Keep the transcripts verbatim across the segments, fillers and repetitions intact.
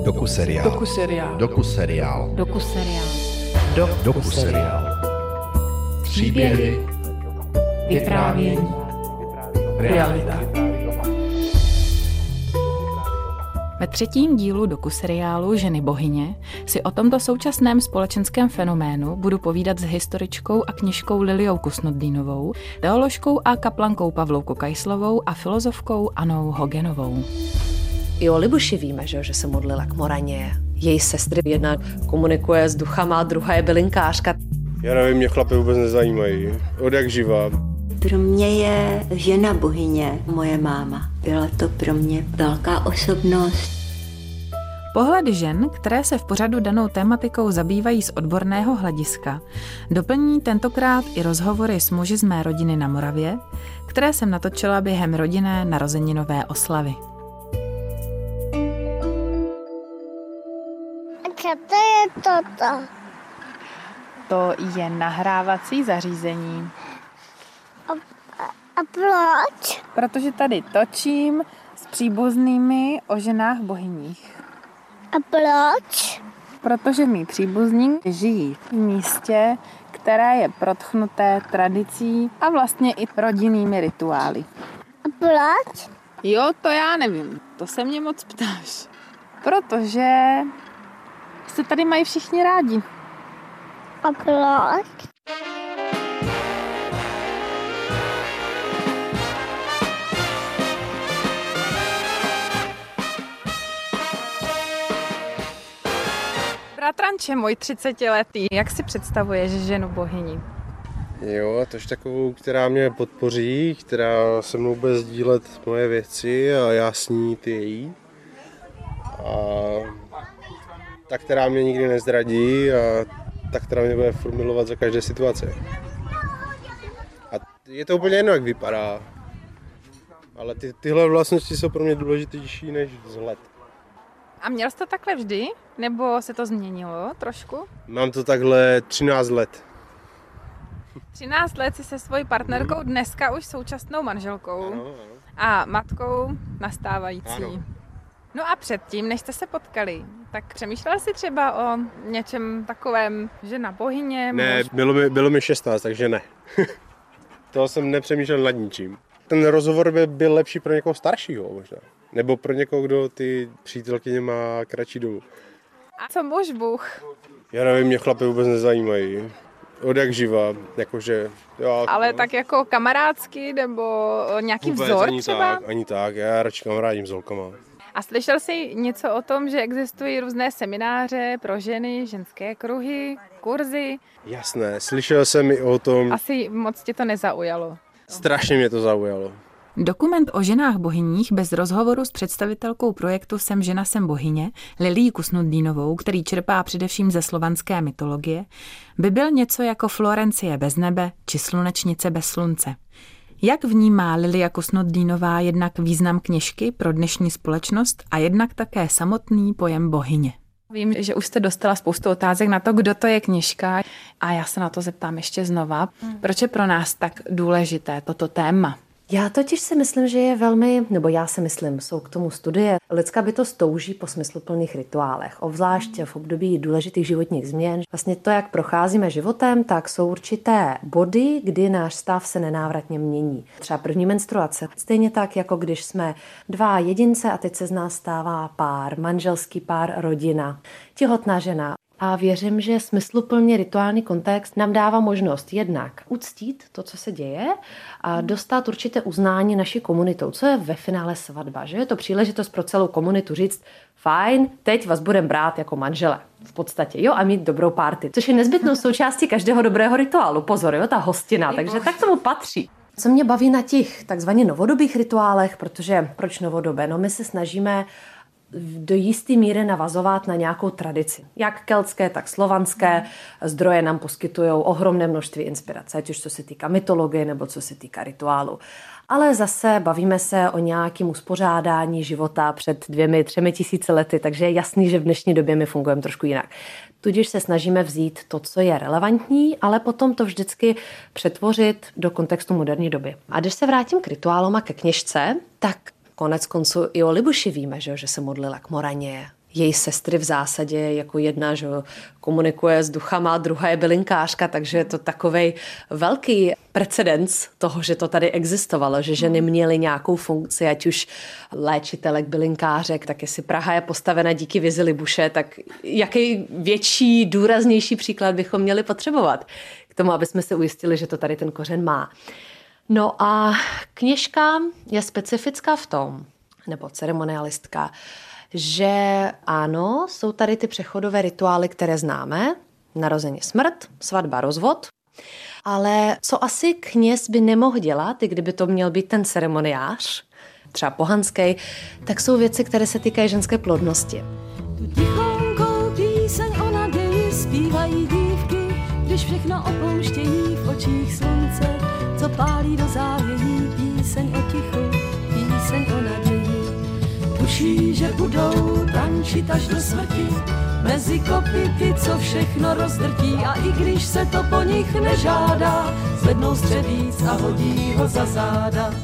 Dokuseriál. Dokuseriál. Dokuseriál. Dokuseriál. Do, dokuseriál. Příběhy. Vyprávění. Realita. Ve třetím dílu dokuseriálu Ženy bohyně si o tomto současném společenském fenoménu budu povídat s historičkou a kněžkou Liliou Kusnodlínovou, teoložkou a kaplankou Pavlou Kokajslovou a filozofkou Annou Hogenovou. I o Libuši víme, že, že se modlila k Moraně. Její sestry, jedna komunikuje s duchama, druhá je bylinkářka. Já nevím, mě chlapy vůbec nezajímají. Od jak živa. Pro mě je žena bohyně moje máma. Byla to pro mě velká osobnost. Pohledy žen, které se v pořadu danou tématikou zabývají z odborného hlediska, doplní tentokrát i rozhovory s muži z mé rodiny na Moravě, které jsem natočila během rodinné narozeninové oslavy. Co to je toto? To je nahrávací zařízení. A, a, a proč? Protože tady točím s příbuznými o ženách bohyních. A proč? Protože mý příbuzní žijí v místě, které je protchnuté tradicí a vlastně i rodinnými rituály. A proč? Jo, to já nevím. To se mě moc ptáš. Protože se tady mají všichni rádi. A proč? Bratranče můj třicetiletý, jak si představuješ ženu bohyni? Jo, tož takovou, která mě podpoří, která se mnou bude sdílet moje věci a já s ní ty její. A ta, která mě nikdy nezradí a ta, která mě bude formulovat za každé situace. A je to úplně jedno, jak vypadá. Ale ty, tyhle vlastnosti jsou pro mě důležitější než vzhled. A měl jsi to takhle vždy? Nebo se to změnilo trošku? Mám to takhle třináct let. třináct let si se svojí partnerkou, dneska už současnou manželkou. Ano, ano. A matkou nastávající. Ano. No a předtím, než jste se potkali, tak přemýšlel jsi třeba o něčem takovém, že na bohyně? Ne, mož... bylo mi, bylo mi šestnáct, takže ne. To jsem nepřemýšlel nad ničím. Ten rozhovor by byl lepší pro někoho staršího možná. Nebo pro někoho, kdo ty přítelkyně má kratší dobu. A co muž Bůh? Já nevím, mě chlapy vůbec nezajímají. Od jak živa, jakože... Jo, Ale no. tak jako kamarádsky nebo nějaký Vůbec, vzor ani třeba? Tak, ani tak, já radši kamarádím s holkama. A slyšel jsi něco o tom, že existují různé semináře pro ženy, ženské kruhy, kurzy? Jasné, slyšel jsem i o tom. Asi moc tě to nezaujalo. Strašně mě to zaujalo. Dokument o ženách bohyních bez rozhovoru s představitelkou projektu Jsem žena, jsem bohyně, Lilií Kusnodlínovou, který čerpá především ze slovanské mytologie, by byl něco jako Florencie bez nebe či Slunečnice bez slunce. Jak vnímá Lilia Kusnodlínová jednak význam kněžky pro dnešní společnost a jednak také samotný pojem bohyně? Vím, že už jste dostala spoustu otázek na to, kdo to je kněžka, a já se na to zeptám ještě znova. Proč je pro nás tak důležité toto téma? Já totiž si myslím, že je velmi, nebo já si myslím, jsou k tomu studie. Lidská bytost touží po smysluplných rituálech, obzvlášť v období důležitých životních změn. Vlastně to, jak procházíme životem, tak jsou určité body, kdy náš stav se nenávratně mění. Třeba první menstruace. Stejně tak, jako když jsme dva jedince a teď se z nás stává pár, manželský pár, rodina, těhotná žena. A věřím, že smysluplně rituální kontext nám dává možnost jednak uctít to, co se děje, a dostat určité uznání naší komunitou, co je ve finále svatba. Že je to příležitost pro celou komunitu říct, fajn, teď vás budeme brát jako manžele. V podstatě, jo, a mít dobrou party. Což je nezbytnou součástí každého dobrého rituálu. Pozor, jo, ta hostina, takže tak tomu patří. Co mě baví na těch takzvaně novodobých rituálech, protože proč novodobé? No my se snažíme do jisté míry navazovat na nějakou tradici. Jak keltské, tak slovanské zdroje nám poskytují ohromné množství inspirace, ať už co se týká mytologie nebo co se týká rituálu. Ale zase bavíme se o nějakém uspořádání života před dvěmi, třemi tisíci lety, takže je jasný, že v dnešní době my fungujeme trošku jinak. Tudíž se snažíme vzít to, co je relevantní, ale potom to vždycky přetvořit do kontextu moderní doby. A když se vrátím k rituálům a ke kněžce, tak konec konců i o Libuši víme, že, že se modlila k Moraně. její sestry v zásadě jako jedna, že komunikuje s duchama, druhá je bylinkářka, takže je to takovej velký precedens toho, že to tady existovalo, že ženy měly nějakou funkci, ať už léčitelek, bylinkářek, tak jestli Praha je postavena díky Vizi Libuše, tak jaký větší, důraznější příklad bychom měli potřebovat k tomu, aby jsme se ujistili, že to tady ten kořen má. No a kněžka je specifická v tom, nebo ceremonialistka, že ano, jsou tady ty přechodové rituály, které známe, narození, smrt, svatba, rozvod, ale co asi kněz by nemohl dělat, i kdyby to měl být ten ceremoniář, třeba pohanský, tak jsou věci, které se týkají ženské plodnosti. Tu tichonkou píseň o naději zpívají dívky, když všechno opouštějí v očích slunce, co pálí do závění, píseň o tichu, píseň o naději. Tuší, že budou tančit až do smrti, mezi kopyty, co všechno rozdrtí, a i když se to po nich nežádá, zvednou střevíc a hodí ho za záda.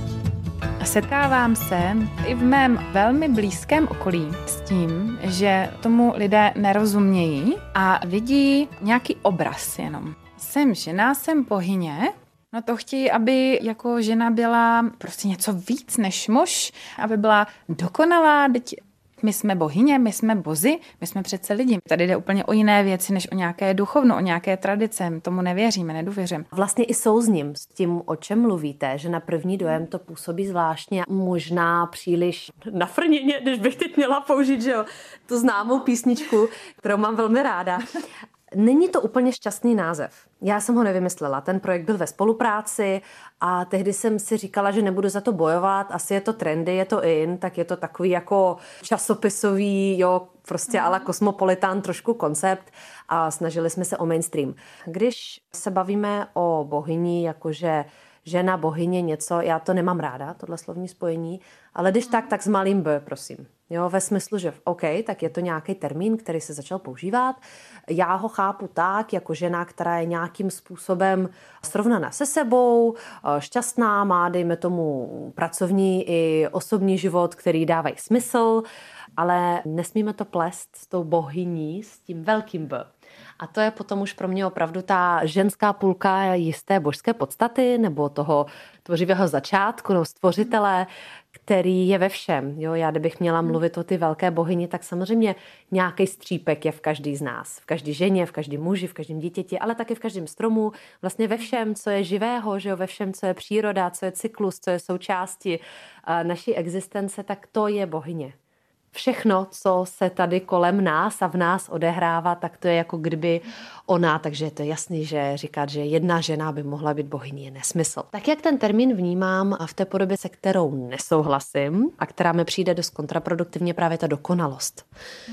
Setkávám se i v mém velmi blízkém okolí s tím, že tomu lidé nerozumějí a vidí nějaký obraz jenom. Jsem žena, jsem bohyně, no to chtějí, aby jako žena byla prostě něco víc než muž, aby byla dokonalá, teď my jsme bohyně, my jsme bozy, my jsme přece lidi. Tady jde úplně o jiné věci, než o nějaké duchovno, o nějaké tradice. My tomu nevěříme, nedůvěřujeme. Vlastně i souzním s tím, o čem mluvíte, že na první dojem to působí zvláštně, možná příliš nafrněně, když bych teď měla použít, že jo, tu známou písničku, kterou mám velmi ráda. Není to úplně šťastný název. Já jsem ho nevymyslela. Ten projekt byl ve spolupráci a tehdy jsem si říkala, že nebudu za to bojovat. Asi je to trendy, je to in, tak je to takový jako časopisový, jo, prostě ala Cosmopolitan trošku koncept a snažili jsme se o mainstream. Když se bavíme o bohyni, jakože žena, bohyně, něco, já to nemám ráda, tohle slovní spojení, ale když tak, tak s malým B, prosím. Jo, ve smyslu, že OK, tak je to nějaký termín, který se začal používat. Já ho chápu tak, jako žena, která je nějakým způsobem srovnaná se sebou, šťastná, má, dejme tomu, pracovní i osobní život, který dávají smysl, ale nesmíme to plést s tou bohyní, s tím velkým B. A to je potom už pro mě opravdu ta ženská půlka jisté božské podstaty nebo toho tvořivého začátku, nebo stvořitele, který je ve všem. Jo, já kdybych měla mluvit o ty velké bohyni, tak samozřejmě nějaký střípek je v každý z nás. V každý ženě, v každém muži, v každém dítěti, ale taky v každém stromu. Vlastně ve všem, co je živého, že jo, ve všem, co je příroda, co je cyklus, co je součástí naší existence, tak to je bohyně. Všechno, co se tady kolem nás a v nás odehrává, tak to je jako kdyby ona, takže je to jasný, že říkat, že jedna žena by mohla být bohyní, je nesmysl. Tak jak ten termín vnímám a v té podobě, se kterou nesouhlasím a která mi přijde dost kontraproduktivně, právě ta dokonalost.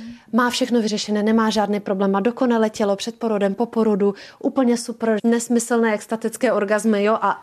Má všechno vyřešené, nemá žádný problém, má dokonalé tělo před porodem, po porodu, úplně super, nesmyslné extatické orgazmy, jo, a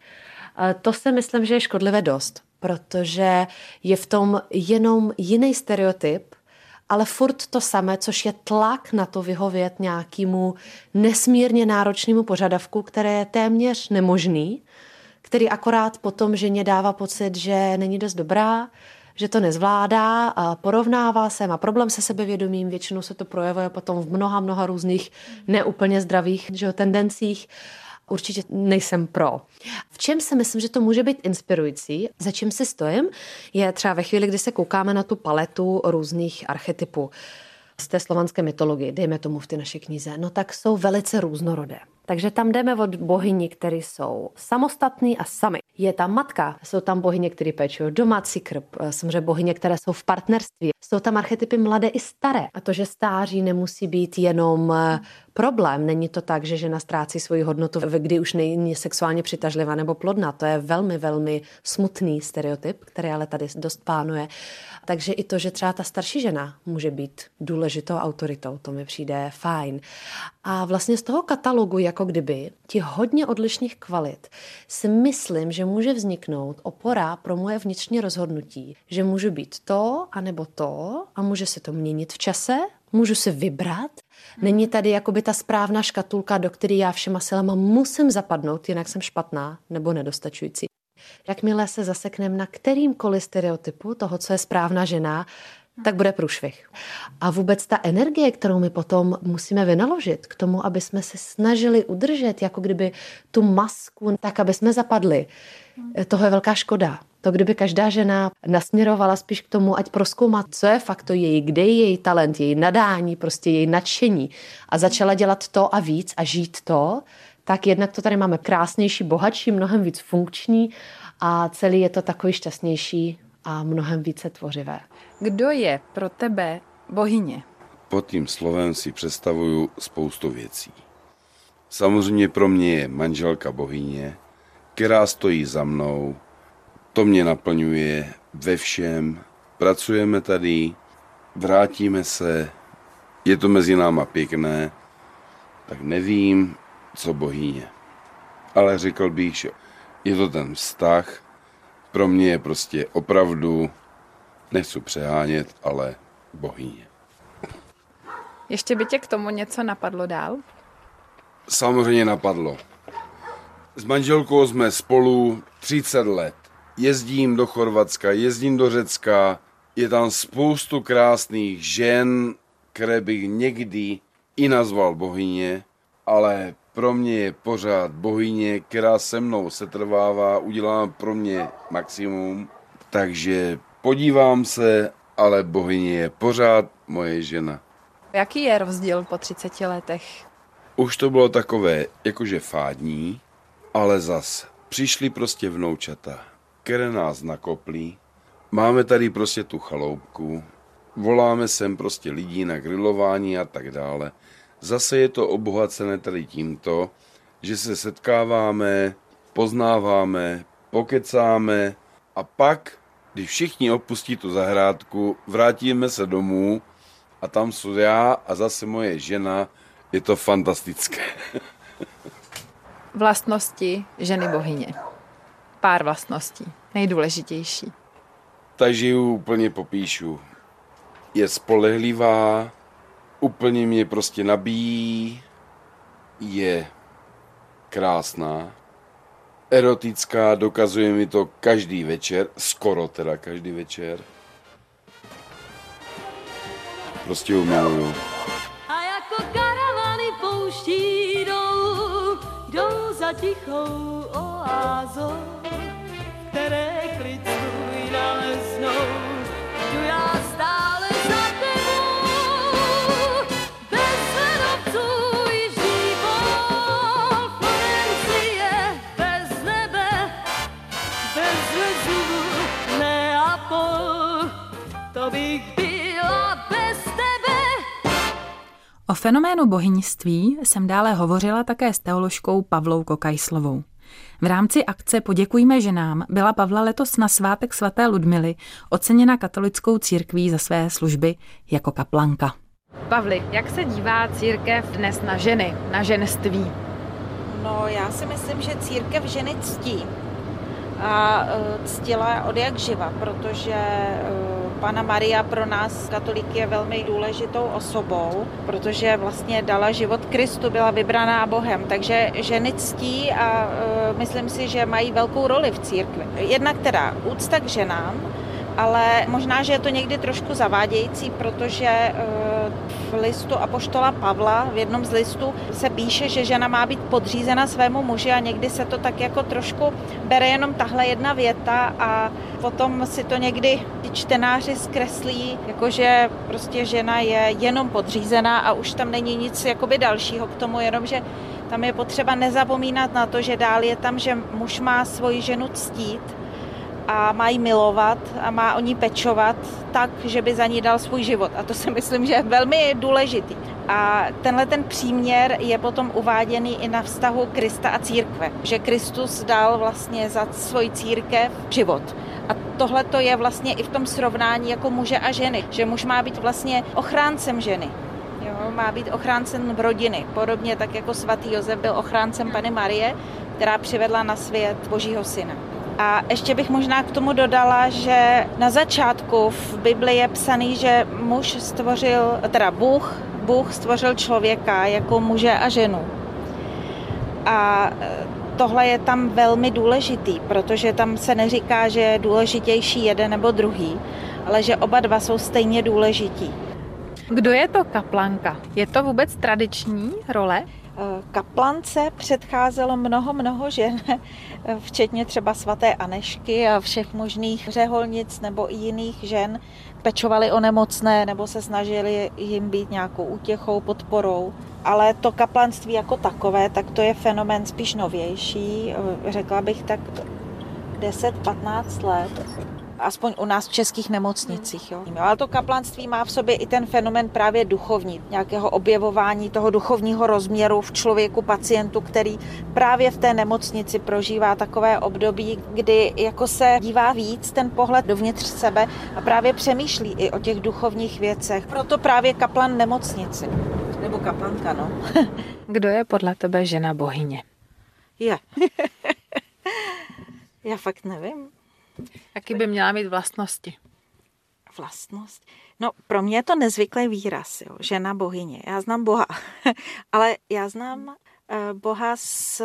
to si myslím, že je škodlivé dost. Protože je v tom jenom jiný stereotyp, ale furt to samé, což je tlak na to vyhovět nějakému nesmírně náročnému požadavku, které je téměř nemožný, který akorát potom ženě dává pocit, že není dost dobrá, že to nezvládá, a porovnává se, má problém se sebevědomím, většinou se to projevuje potom v mnoha, mnoha různých neúplně zdravých, že, tendencích. Určitě nejsem pro. V čem si myslím, že to může být inspirující, za čím si stojím, je třeba ve chvíli, kdy se koukáme na tu paletu různých archetypů z té slovanské mytologie, dejme tomu v té naší knize, no tak jsou velice různorodé. Takže tam jdeme od bohyni, které jsou samostatný a samy. Je tam matka, jsou tam bohyně, které pečují domácí krb, samozřejmě bohyně, které jsou v partnerství. Jsou tam archetypy mladé i staré. A to, že stáří nemusí být jenom problém. Není to tak, že žena ztrácí svoji hodnotu, kdy už není sexuálně přitažlivá nebo plodná. To je velmi, velmi smutný stereotyp, který ale tady dost pánuje. Takže i to, že třeba ta starší žena může být důležitou autoritou, to mi přijde fajn. A vlastně z toho katalogu, jako kdyby, těch hodně odlišných kvalit, si myslím, že může vzniknout opora pro moje vnitřní rozhodnutí, že můžu být to, anebo to, a může se to měnit v čase, můžu si vybrat. Není tady jakoby ta správná škatulka, do které já všema silama musím zapadnout, jinak jsem špatná nebo nedostačující. Jakmile se zasekneme na kterýmkoliv stereotypu toho, co je správná žena, tak bude průšvih. A vůbec ta energie, kterou my potom musíme vynaložit k tomu, aby jsme se snažili udržet jako kdyby tu masku, tak aby jsme zapadli, toho je velká škoda. To, kdyby každá žena nasměrovala spíš k tomu, ať prozkoumá, co je fakt to její, kde je její talent, její nadání, prostě její nadšení a začala dělat to a víc a žít to, tak jednak to tady máme krásnější, bohatší, mnohem víc funkční a celý je to takový šťastnější a mnohem více tvořivé. Kdo je pro tebe bohyně? Pod tím slovem si představuju spoustu věcí. Samozřejmě pro mě je manželka bohyně, která stojí za mnou. To mě naplňuje ve všem. Pracujeme tady, vrátíme se, je to mezi náma pěkné, tak nevím, co bohyně. Ale řekl bych, že je to ten vztah, pro mě je prostě opravdu, nechci přehánět, ale bohyně. Ještě by tě k tomu něco napadlo dál? Samozřejmě napadlo. S manželkou jsme spolu třicet let. Jezdím do Chorvatska, jezdím do Řecka, je tam spoustu krásných žen, které bych někdy i nazval bohyně, ale pro mě je pořád bohyně, která se mnou setrvává, udělá pro mě maximum, takže podívám se, ale bohyně je pořád moje žena. Jaký je rozdíl po třiceti letech? Už to bylo takové jakože fádní, ale zas přišly prostě vnoučata, které nás nakoplí. Máme tady prostě tu chaloupku, voláme sem prostě lidí na grilování a tak dále. Zase je to obohacené tady tímto, že se setkáváme, poznáváme, pokecáme a pak, když všichni opustí tu zahrádku, vrátíme se domů a tam jsou já a zase moje žena, je to fantastické. Vlastnosti ženy bohyně. Pár vlastností, nejdůležitější. Takže ji úplně popíšu. Je spolehlivá, úplně mě prostě nabíjí, je krásná, erotická, dokazuje mi to každý večer, skoro teda každý večer. Prostě ji miluju. A jako karavany pouští jdou, jdou za tichou oázou, které klid svůj naleznou, jdu já stále za tebou, bez hledovců jižní pol, Florencie, bez nebe, bez lezu, Neapol, to bych byla bez tebe. O fenoménu bohyňství jsem dále hovořila také s teoložkou Pavlou Kokajslovou. V rámci akce Poděkujme ženám byla Pavla letos na svátek svaté Ludmily oceněna katolickou církví za své služby jako kaplanka. Pavli, jak se dívá církev dnes na ženy, na ženství? No, já si myslím, že církev ženy ctí. A ctila od jak živa, protože Panna Maria pro nás katolíky je velmi důležitou osobou, protože vlastně dala život Kristu, byla vybraná Bohem, takže ženy ctí a myslím si, že mají velkou roli v církvi. Jednak teda úcta k ženám, ale možná, že je to někdy trošku zavádějící, protože v listu apoštola Pavla, v jednom z listů se píše, že žena má být podřízena svému muži a někdy se to tak jako trošku bere jenom tahle jedna věta a potom si to někdy ti čtenáři zkreslí, jakože prostě žena je jenom podřízená a už tam není nic jakoby dalšího k tomu, jenom že tam je potřeba nezapomínat na to, že dál je tam, že muž má svoji ženu ctít a má jí milovat a má o ní pečovat tak, že by za ní dal svůj život. A to si myslím, že je velmi důležitý. A tenhle ten příměr je potom uváděný i na vztahu Krista a církve. Že Kristus dal vlastně za svoji církev život. A tohle to je vlastně i v tom srovnání jako muže a ženy. Že muž má být vlastně ochráncem ženy. Jo, má být ochráncem rodiny. Podobně tak jako svatý Josef byl ochráncem Panny Marie, která přivedla na svět Božího syna. A ještě bych možná k tomu dodala, že na začátku v Bibli je psaný, že muž stvořil, teda Bůh, Bůh stvořil člověka jako muže a ženu. A tohle je tam velmi důležitý, protože tam se neříká, že je důležitější jeden nebo druhý, ale že oba dva jsou stejně důležití. Kdo je to kaplanka? Je to vůbec tradiční role? Kaplance předcházelo mnoho, mnoho žen, včetně třeba svaté Anešky a všech možných řeholnic nebo i jiných žen. Pečovali o nemocné nebo se snažili jim být nějakou útěchou, podporou. Ale to kaplanství jako takové, tak to je fenomén spíš novější, řekla bych tak deset patnáct let. Aspoň u nás v českých nemocnicích. Jo. Ale to kaplanství má v sobě i ten fenomén právě duchovní, nějakého objevování toho duchovního rozměru v člověku, pacientu, který právě v té nemocnici prožívá takové období, kdy jako se dívá víc ten pohled dovnitř sebe a právě přemýšlí i o těch duchovních věcech. Proto právě kaplan nemocnici. Nebo kaplanka, no. Kdo je podle tebe žena bohyně? Je. Já fakt nevím. Jaký by měla mít vlastnosti? Vlastnost? No, pro mě je to nezvyklý výraz, jo, žena bohyně. Já znám Boha, ale já znám uh, Boha, s,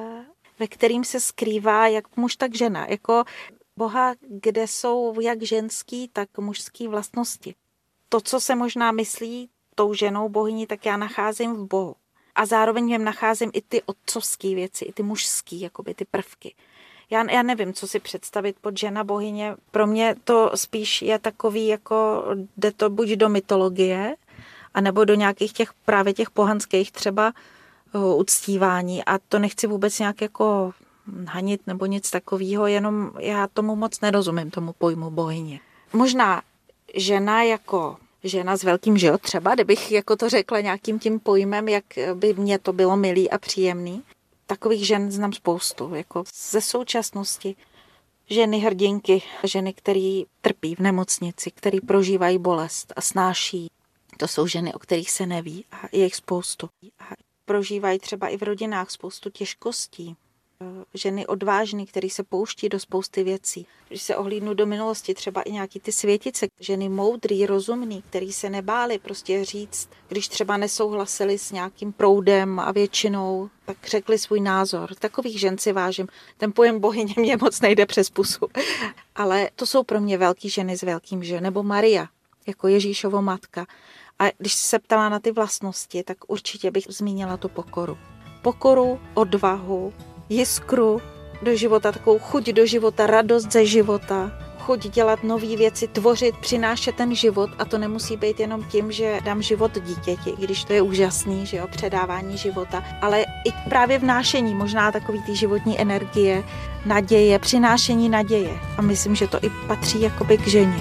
ve kterým se skrývá jak muž, tak žena. Jako Boha, kde jsou jak ženský, tak mužský vlastnosti. To, co se možná myslí tou ženou bohyní, tak já nacházím v Bohu. A zároveň v něm nacházím i ty otcovské věci, i ty mužský, jakoby ty prvky. Já, já nevím, co si představit pod žena bohyně. Pro mě to spíš je takový, jako jde to buď do mytologie, anebo do nějakých těch právě těch pohanských třeba uh, uctívání. A to nechci vůbec nějak jako hanit nebo nic takového, jenom já tomu moc nerozumím, tomu pojmu bohyně. Možná žena jako žena s velkým že jo, třeba, kdybych jako to řekla nějakým tím pojmem, jak by mě to bylo milý a příjemný. Takových žen znám spoustu, jako ze současnosti. Ženy hrdinky, ženy, které trpí v nemocnici, které prožívají bolest a snáší. To jsou ženy, o kterých se neví a je jich spoustu. A prožívají třeba i v rodinách spoustu těžkostí. Ženy odvážné, které se pouští do spousty věcí. Když se ohlídnu do minulosti, třeba i nějaký ty světice, ženy moudrý, rozumný, který se nebáli prostě říct, když třeba nesouhlasili s nějakým proudem a většinou, tak řekli svůj názor. Takových žen si vážím. Ten pojem bohyně mě moc nejde přes pusu. Ale to jsou pro mě velký ženy s velkým že. Nebo Maria, jako Ježíšovo matka. A když se ptala na ty vlastnosti, tak určitě bych zmínila tu pokoru. Pokoru, odvahu, jiskru do života, takovou chuť do života, radost ze života, chuť dělat nové věci, tvořit, přinášet ten život a to nemusí být jenom tím, že dám život dítěti, když to je úžasný, že jo, předávání života, ale i právě vnášení možná takový ty životní energie, naděje, přinášení naděje a myslím, že to i patří jakoby k ženě.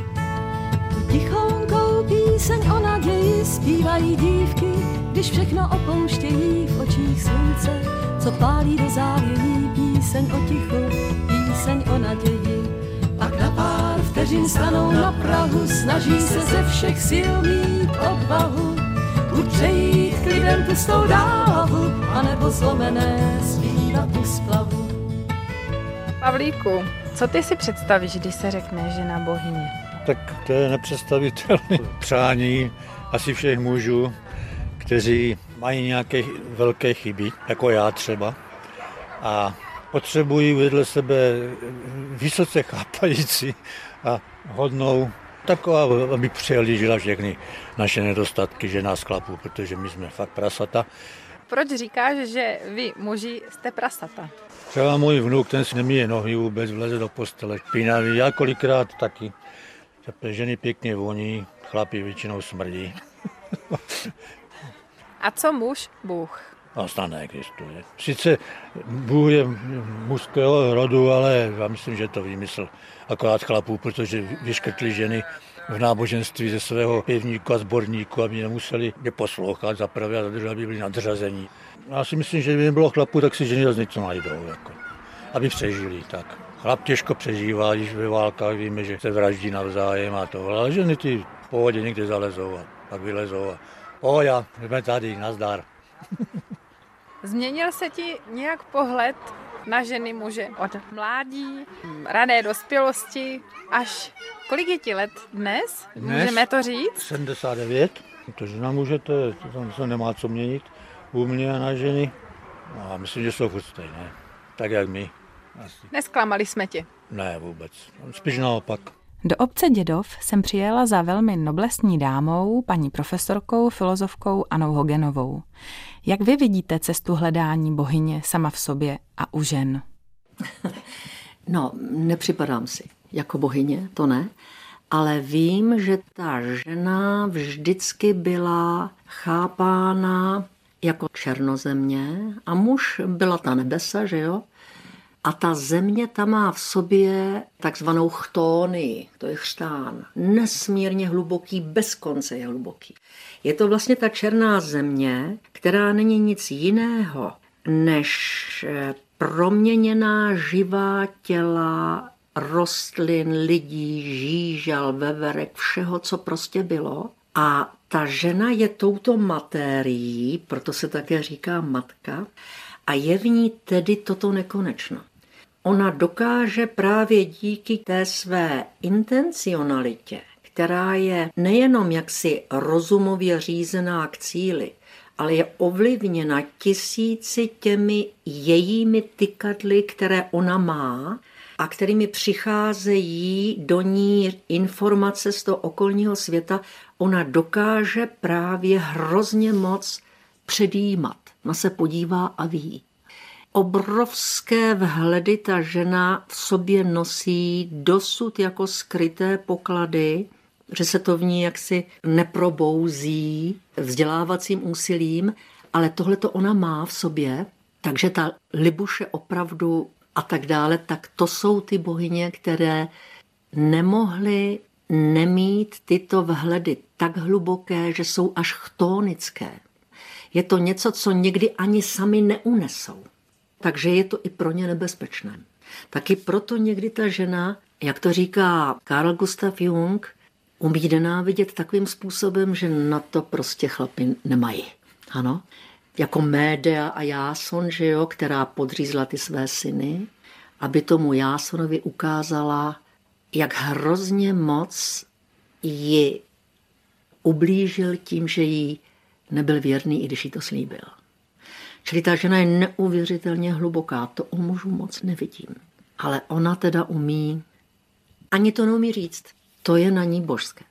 Tichonkou píseň o naději zpívají dívky, když všechno opouštějí v očích slunce, co pálí do závění, píseň o tichu, píseň o naději. Pak na pár vteřin stanou na prahu, snaží se ze všech sil mít odvahu, buď přejít klidem pustou dálavu, anebo zlomené zpívat u splavu. Pavlíku, co ty si představíš, když se řekne žena bohyně? Tak to je nepředstavitelné přání asi všech mužů, kteří mají nějaké velké chyby, jako já třeba, a potřebují vedle sebe vysoce chápající a hodnou taková, aby přehlížela všechny naše nedostatky, že nás chlapů, protože my jsme fakt prasata. Proč říkáš, že vy muži jste prasata? Třeba můj vnuk, ten si nemíje nohy vůbec, vleze do postele špinavý, já kolikrát taky. Ženy pěkně voní, chlapi většinou smrdí. A co muž? Bůh. A snad neexistuje. Sice Bůh je mužského rodu, ale já myslím, že to vymysl akorát chlapů, protože vyškrtli ženy v náboženství ze svého pěvníku a sborníku, aby nemuseli je poslouchat za prvé a za druhé, aby byli nadřazení. Já si myslím, že kdyby nebylo chlapů, tak si ženy zase něco najdou, jako, aby přežili. Tak. Chlap těžko přežívá, když ve válkách víme, že se vraždí navzájem a to, ale ženy ty v pohodě někde zalezou a pak vylezou a oja, jsme tady, nazdar. Změnil se ti nějak pohled na ženy muže od mládí, rané dospělosti až kolik je ti let dnes? dnes? Můžeme to říct? sedmdesát devět, protože na muže to, to se nemá co měnit u mě a na ženy. A myslím, že jsou furt stejné, tak jak my. Asi. Nesklamali jsme tě? Ne, vůbec. Spíš naopak. Do obce Dědov jsem přijela za velmi noblesní dámou, paní profesorkou, filozofkou Annou Hogenovou. Jak vy vidíte cestu hledání bohyně sama v sobě a u žen? No, nepřipadám si jako bohyně, to ne, ale vím, že ta žena vždycky byla chápána jako černozemě a muž byla ta nebesa, že jo? A ta země tam má v sobě takzvanou chtónii, to je chřtán, nesmírně hluboký, bez konce je hluboký. Je to vlastně ta černá země, která není nic jiného, než proměněná živá těla rostlin, lidí, žížal, veverek, všeho, co prostě bylo. A ta žena je touto matérií, proto se také říká matka, a je v ní tedy toto nekonečno. Ona dokáže právě díky té své intencionalitě, která je nejenom jaksi rozumově řízená k cíli, ale je ovlivněna tisíci těmi jejími tykadly, které ona má a kterými přicházejí do ní informace z toho okolního světa, ona dokáže právě hrozně moc předjímat. Ona se podívá a ví. Obrovské vhledy ta žena v sobě nosí dosud jako skryté poklady, že se to v ní jaksi neprobouzí vzdělávacím úsilím, ale tohle to ona má v sobě, takže ta libuše opravdu a tak dále, tak to jsou ty bohyně, které nemohly nemít tyto vhledy tak hluboké, že jsou až chtónické. Je to něco, co někdy ani sami neunesou. Takže je to i pro ně nebezpečné. Taky proto někdy ta žena, jak to říká Carl Gustav Jung, umí nenávidět takovým způsobem, že na to prostě chlapi nemají. Ano? Jako Médea a Jáson, že jo, která podřízla ty své syny, aby tomu Jásonovi ukázala, jak hrozně moc ji ublížil tím, že jí nebyl věrný, i když jí to slíbil. Čili ta žena je neuvěřitelně hluboká, to u mužů moc nevidím. Ale ona teda umí, ani to neumí říct, to je na ní božské.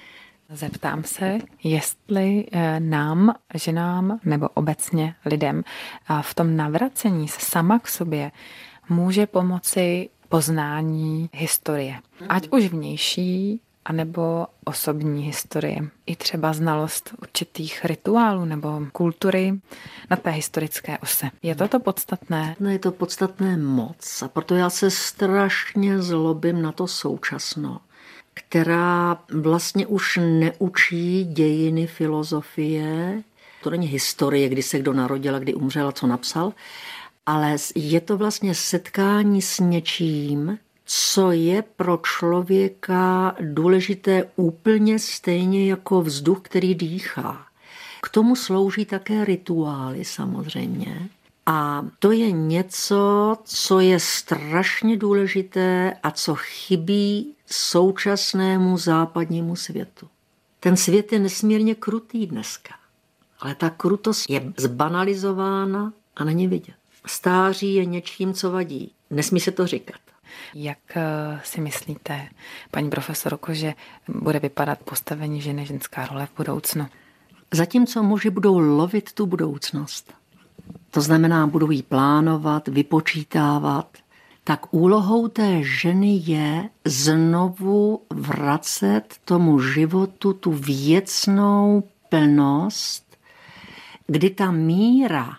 Zeptám se, jestli nám, ženám nebo obecně lidem v tom navracení se sama k sobě může pomoci poznání historie. Ať už vnější, anebo osobní historie. I třeba znalost určitých rituálů nebo kultury na té historické ose. Je to to podstatné? No, je to podstatné moc a proto já se strašně zlobím na to současno, která vlastně už neučí dějiny filozofie. To není historie, kdy se kdo narodil a kdy umřel a co napsal, ale je to vlastně setkání s něčím, co je pro člověka důležité úplně stejně jako vzduch, který dýchá. K tomu slouží také rituály samozřejmě. A to je něco, co je strašně důležité a co chybí současnému západnímu světu. Ten svět je nesmírně krutý dneska, ale ta krutost je zbanalizována a není vidět. Stáří je něčím, co vadí. Nesmí se to říkat. Jak si myslíte, paní profesorko, že bude vypadat postavení ženy, ženská role v budoucnu? Zatímco muži budou lovit tu budoucnost, to znamená, budou ji plánovat, vypočítávat, tak úlohou té ženy je znovu vracet tomu životu tu věcnou plnost, kdy ta míra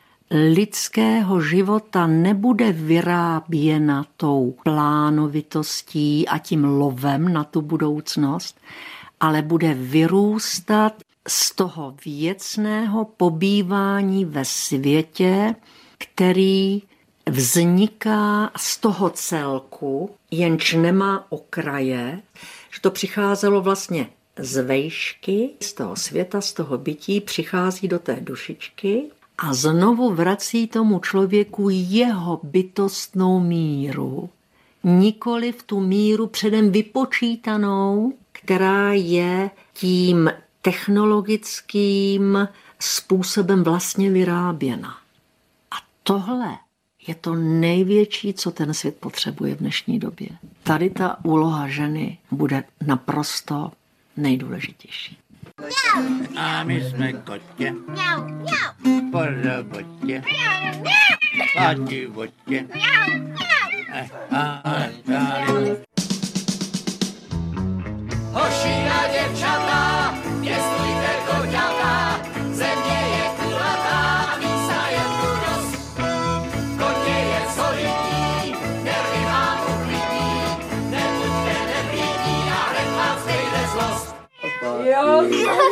lidského života nebude vyráběna tou plánovitostí a tím lovem na tu budoucnost, ale bude vyrůstat z toho věcného pobývání ve světě, který vzniká z toho celku, jenž nemá okraje, že to přicházelo vlastně z vejšky, z toho světa, z toho bytí, přichází do té dušičky a znovu vrací tomu člověku jeho bytostnou míru, nikoli v tu míru předem vypočítanou, která je tím technologickým způsobem vlastně vyráběna. A tohle je to největší, co ten svět potřebuje v dnešní době. Tady ta úloha ženy bude naprosto nejdůležitější. A my jsme kotě, po robotě, po životě. Hoši a děvčata, pěstujte koťata, země je kulatá a mísa je tu dost. Kotě je solidní, nervy vám uklidní, nebuďte neklidní a hned vám zejde zlost. Jo,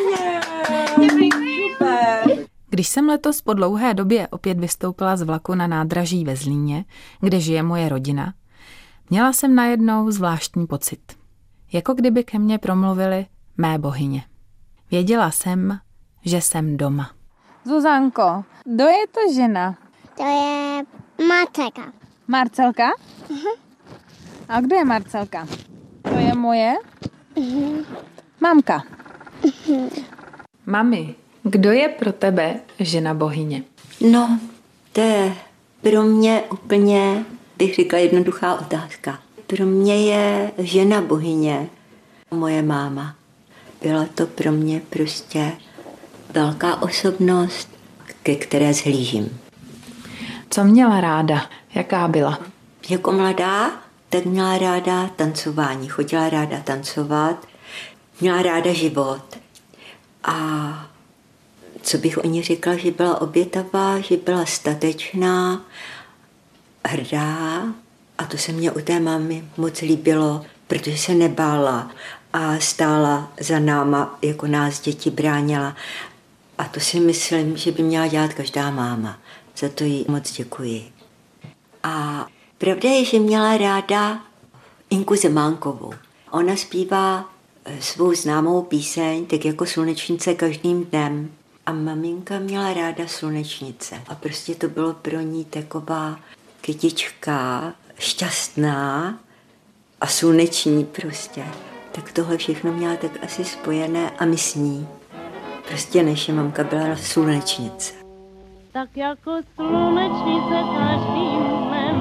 super. Když jsem letos po dlouhé době opět vystoupila z vlaku na nádraží ve Zlíně, kde žije moje rodina, měla jsem najednou zvláštní pocit. Jako kdyby ke mně promluvily mé bohyně. Věděla jsem, že jsem doma. Zuzanko, kdo je to žena? To je Marcelka. Marcelka? Uh-huh. A kdo je Marcelka? To je moje? Uh-huh. Mamka. Uh-huh. Mami, kdo je pro tebe žena bohyně? No, to je pro mě úplně, bych řekla, jednoduchá otázka. Pro mě je žena bohyně moje máma. Byla to pro mě prostě velká osobnost, ke které zhlížím. Co měla ráda? Jaká byla? Jako mladá, tak měla ráda tancování. Chodila ráda tancovat. Měla ráda život. A co bych o ní řekla, že byla obětavá, že byla statečná, hrdá. A to se mně u té mámy moc líbilo, protože se nebála a stála za náma, jako nás děti bránila. A to si myslím, že by měla dělat každá máma. Za to jí moc děkuji. A pravda je, že měla ráda Inku Zemánkovou. Ona zpívá svou známou píseň, tak jako Slunečnice každým dnem. A maminka měla ráda Slunečnice. A prostě to bylo pro ní taková kytička, šťastná a sluneční prostě. Tak tohle všechno měla tak asi spojené a my s ní. Prostě naše mamka byla slunečnice. Tak jako slunečnice každým dnem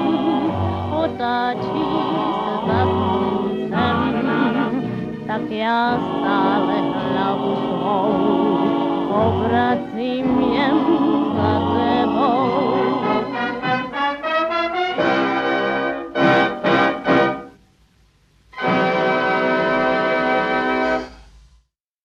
otáčí se za sluncem, tak já stále hlavu svou obracím jen za